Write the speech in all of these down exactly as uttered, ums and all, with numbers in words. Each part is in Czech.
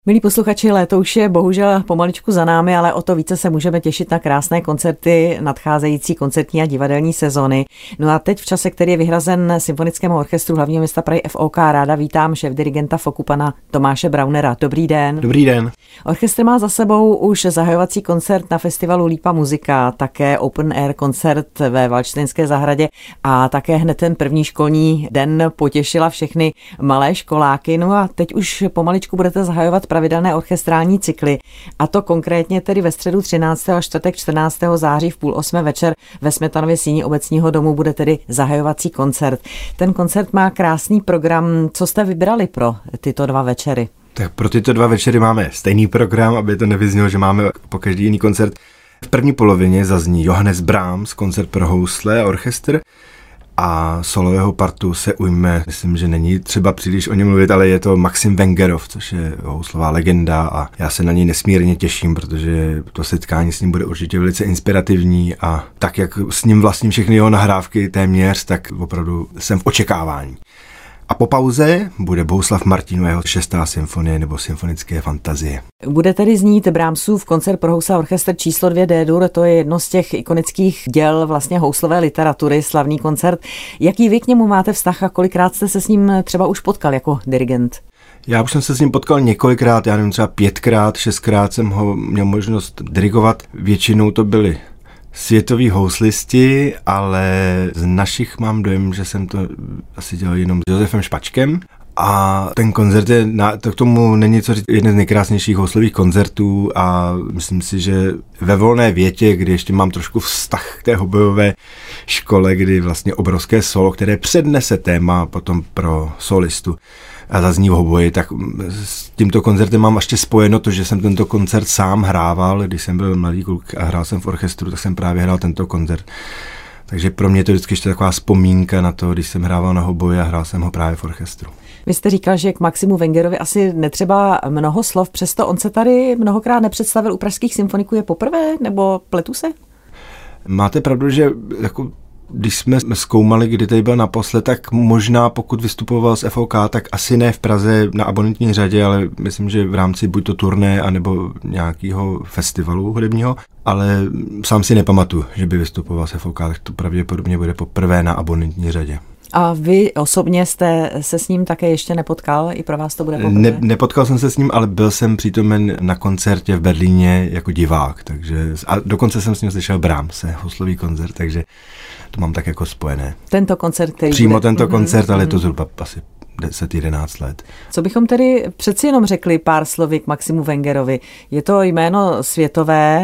Milí posluchači, léto už je bohužel pomaličku za námi, ale o to více se můžeme těšit na krásné koncerty nadcházející koncertní a divadelní sezony. No a teď v čase, který je vyhrazen Symfonickému orchestru hlavního města Prahy F O K, ráda vítám šéfdirigenta F O K U pana Tomáše Braunera. Dobrý den. Dobrý den. Orchestr má za sebou už zahajovací koncert na festivalu Lípa muzika, také open air koncert ve Valdštejnské zahradě a také hned ten první školní den potěšila všechny malé školáky. No a teď už pomaličku budete zahajovat pravidelné orchestrální cykly, a to konkrétně tedy ve středu třináctého a čtvrtek čtrnáctého září v půl osmé večer ve Smetanově síni Obecního domu bude tedy zahajovací koncert. Ten koncert má krásný program. Co jste vybrali pro tyto dva večery? Tak pro tyto dva večery máme stejný program, aby to nevyznělo, že máme po každý jiný koncert. V první polovině zazní Johannes Brahms, koncert pro housle a orchestr, a solového partu se ujme, myslím, že není třeba příliš o něm mluvit, ale je to Maxim Vengerov, což je houslová legenda a já se na něj nesmírně těším, protože to setkání s ním bude určitě velice inspirativní a tak, jak s ním vlastním všechny jeho nahrávky téměř, tak opravdu jsem v očekávání. A po pauze bude Bohuslav Martinů a jeho šestá symfonie nebo symfonické fantazie. Bude tedy znít Brahmsův koncert pro housle a orchestr číslo dvě D-dur, to je jedno z těch ikonických děl vlastně houslové literatury, slavný koncert. Jaký vy k němu máte vztah a kolikrát jste se s ním třeba už potkal jako dirigent? Já už jsem se s ním potkal několikrát, já nevím, třeba pětkrát, šestkrát jsem ho měl možnost dirigovat. Většinou to byly světoví houslisti, ale z našich mám dojem, že jsem to asi dělal jenom s Josefem Špačkem. A ten koncert je, to k tomu není co říct, jeden z nejkrásnějších houslových koncertů a myslím si, že ve volné větě, kdy ještě mám trošku vztah k té hobbyové škole, kdy vlastně obrovské solo, které přednese téma potom pro solistu a zazní v hoboji, tak s tímto koncertem mám ještě spojeno to, že jsem tento koncert sám hrával, když jsem byl mladý kluk a hrál jsem v orchestru, tak jsem právě hrál tento koncert. Takže pro mě to vždycky ještě taková vzpomínka na to, když jsem hrával na hoboji a hrál jsem ho právě v orchestru. Vy jste říkal, že k Maximu Vengerovi asi netřeba mnoho slov, přesto on se tady mnohokrát nepředstavil u pražských symfoniků. Je poprvé, nebo pletu se? Máte pravdu, že jako když jsme zkoumali, kdy tady byl naposled, tak možná pokud vystupoval z F O K, tak asi ne v Praze na abonentní řadě, ale myslím, že v rámci buď to turné, anebo nějakého festivalu hudebního, ale sám si nepamatuju, že by vystupoval z F O K, tak to pravděpodobně bude poprvé na abonentní řadě. A vy osobně jste se s ním také ještě nepotkal? I pro vás to bude poprvé? Ne, nepotkal jsem se s ním, ale byl jsem přítomen na koncertě v Berlíně jako divák, takže a dokonce jsem s ním slyšel Brahmse, houslový koncert, takže to mám tak jako spojené. Tento koncert, který Přímo bude... tento mm-hmm. koncert, ale je to zhruba asi deset jedenáct let. Co bychom tedy přeci jenom řekli pár slovy k Maximu Vengerovi? Je to jméno světové,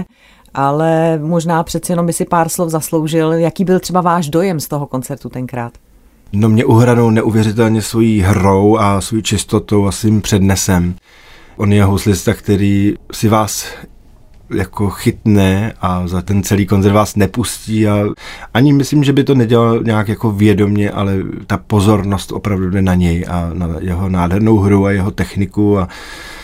ale možná přeci jenom by si pár slov zasloužil. Jaký byl třeba váš dojem z toho koncertu tenkrát? No mě uhradil neuvěřitelně svojí hrou a svou čistotou a svým přednesem. On je houslista, který si vás jako chytne a za ten celý koncert vás nepustí a ani myslím, že by to nedělal nějak jako vědomě, ale ta pozornost opravdu jde na něj a na jeho nádhernou hru a jeho techniku a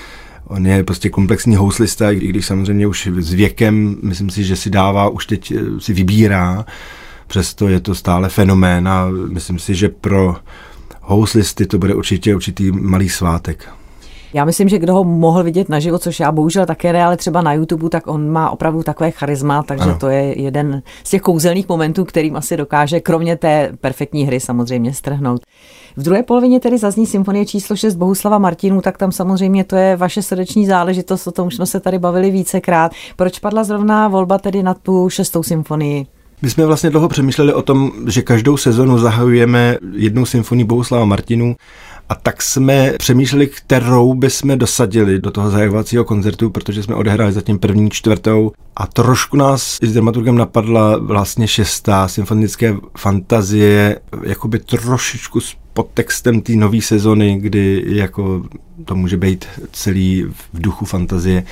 on je prostě komplexní houslista, i když samozřejmě už s věkem, myslím si, že si dává, už teď si vybírá, přesto je to stále fenomén a myslím si, že pro houslisty to bude určitě určitý malý svátek. Já myslím, že kdo ho mohl vidět naživo, což já bohužel také ne, ale třeba na YouTube, tak on má opravdu takové charisma, takže ano. To je jeden z těch kouzelných momentů, kterým asi dokáže, kromě té perfektní hry samozřejmě, strhnout. V druhé polovině tedy zazní symfonie číslo šest Bohuslava Martinů, tak tam samozřejmě to je vaše srdeční záležitost, o tom už jsme se tady bavili vícekrát. Proč padla zrovna volba tedy na tu šestou symfonii? My jsme vlastně dlouho přemýšleli o tom, že každou sezonu zahajujeme jednou symfonii Bohuslava Martinů a tak jsme přemýšleli, kterou bychom dosadili do toho zahajovacího koncertu, protože jsme odehráli zatím první, čtvrtou a trošku nás i s dramaturgem napadla vlastně šestá symfonické fantazie, jakoby trošičku s podtextem té nové sezony, kdy jako to může být celý v duchu fantazie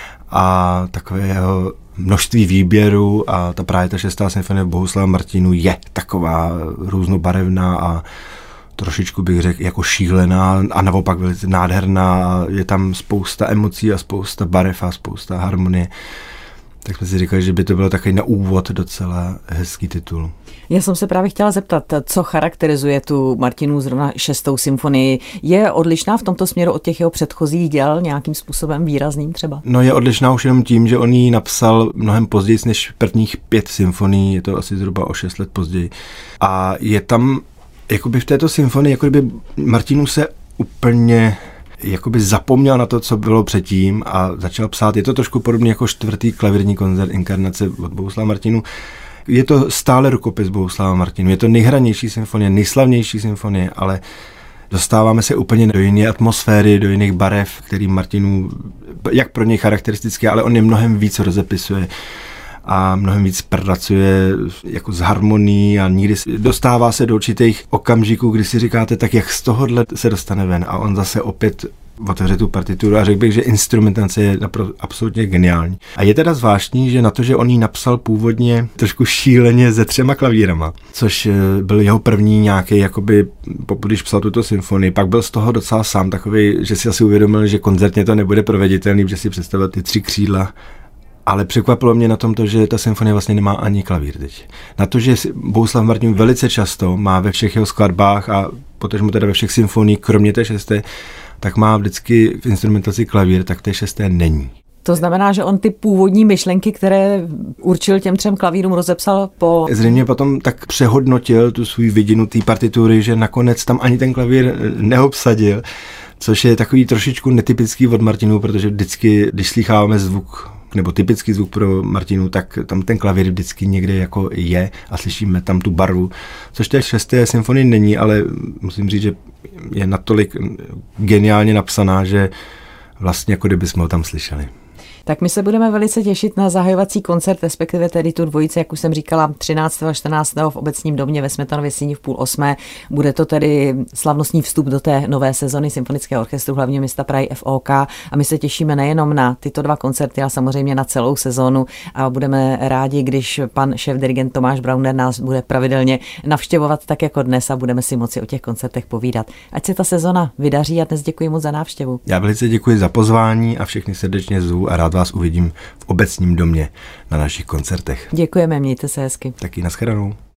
a takového množství výběrů a ta právě ta šestá symfonie Bohuslava Martinů je taková různobarevná a trošičku bych řekl jako šílená a naopak velice nádherná. Je tam spousta emocí a spousta barev a spousta harmonie. tak jsme si říkali, že by to bylo takový na úvod docela hezký titul. Já jsem se právě chtěla zeptat, co charakterizuje tu Martinů zrovna šestou symfonii. Je odlišná v tomto směru od těch jeho předchozích děl nějakým způsobem výrazným třeba? No je odlišná už jenom tím, že on ji napsal mnohem později než prvních pět symfonií, je to asi zhruba o šest let později. A je tam, jakoby v této symfonii, jakoby Martinů se úplně jakoby zapomněl na to, co bylo předtím a začal psát. Je to trošku podobně jako čtvrtý klavírní koncert inkarnace od Bohuslava Martinů. Je to stále rukopis Bohuslava Martinů. Je to nejhranější symfonie, nejslavnější symfonie, ale dostáváme se úplně do jiné atmosféry, do jiných barev, který Martinů, jak pro něj charakteristické, ale on je mnohem víc rozepisuje a mnohem víc pracuje jako s harmonií a nikdy dostává se do určitých okamžiků, kdy si říkáte, tak jak z tohohle se dostane ven a on zase opět otevře tu partituru a řekl bych, že instrumentace je napr- absolutně geniální. A je teda zvláštní, že na to, že on ji napsal původně trošku šíleně se třema klavírama, což byl jeho první nějaký, jakoby, pokud když psal tuto symfonii, pak byl z toho docela sám takový, že si asi uvědomil, že koncertně to nebude proveditelný, že si představil ty tři křídla. Ale překvapilo mě na tom to, že ta symfonie vlastně nemá ani klavír teď. Na to, že Bohuslav Martin velice často má ve všech jeho skladbách a potažmo teda ve všech symfoniích, kromě té šesté, tak má vždycky v instrumentaci klavír, tak té šesté není. To znamená, že on ty původní myšlenky, které určil těm třem klavírům, rozepsal po... Zřejmě potom tak přehodnotil tu svůj vidinu té partitury, že nakonec tam ani ten klavír neobsadil, což je takový trošičku netypický od Martinů, protože vždycky, když slýcháváme zvuk, nebo typický zvuk pro Martinu, tak tam ten klavír vždycky někde jako je a slyšíme tam tu barvu, což té šesté symfonii není, ale musím říct, že je natolik geniálně napsaná, že vlastně jako kdyby jsme ho tam slyšeli. Tak my se budeme velice těšit na zahajovací koncert, respektive tedy tu dvojici, jak už jsem říkala, třináctého a čtrnáctého v Obecním domě ve Smetanově síni v půl osmé. Bude to tedy slavnostní vstup do té nové sezony Symfonického orchestru hlavního města Prahy F O K a my se těšíme nejenom na tyto dva koncerty, ale samozřejmě na celou sezonu a budeme rádi, když pan šéfdirigent Tomáš Brauner nás bude pravidelně navštěvovat tak jako dnes a budeme si moci o těch koncertech povídat. Ať se ta sezona vydaří a dnes děkuji moc za návštěvu. Já velice děkuji za pozvání a všechny srdečně zvu a rád vás uvidím v Obecním domě na našich koncertech. Děkujeme, mějte se hezky. Taky nashledanou.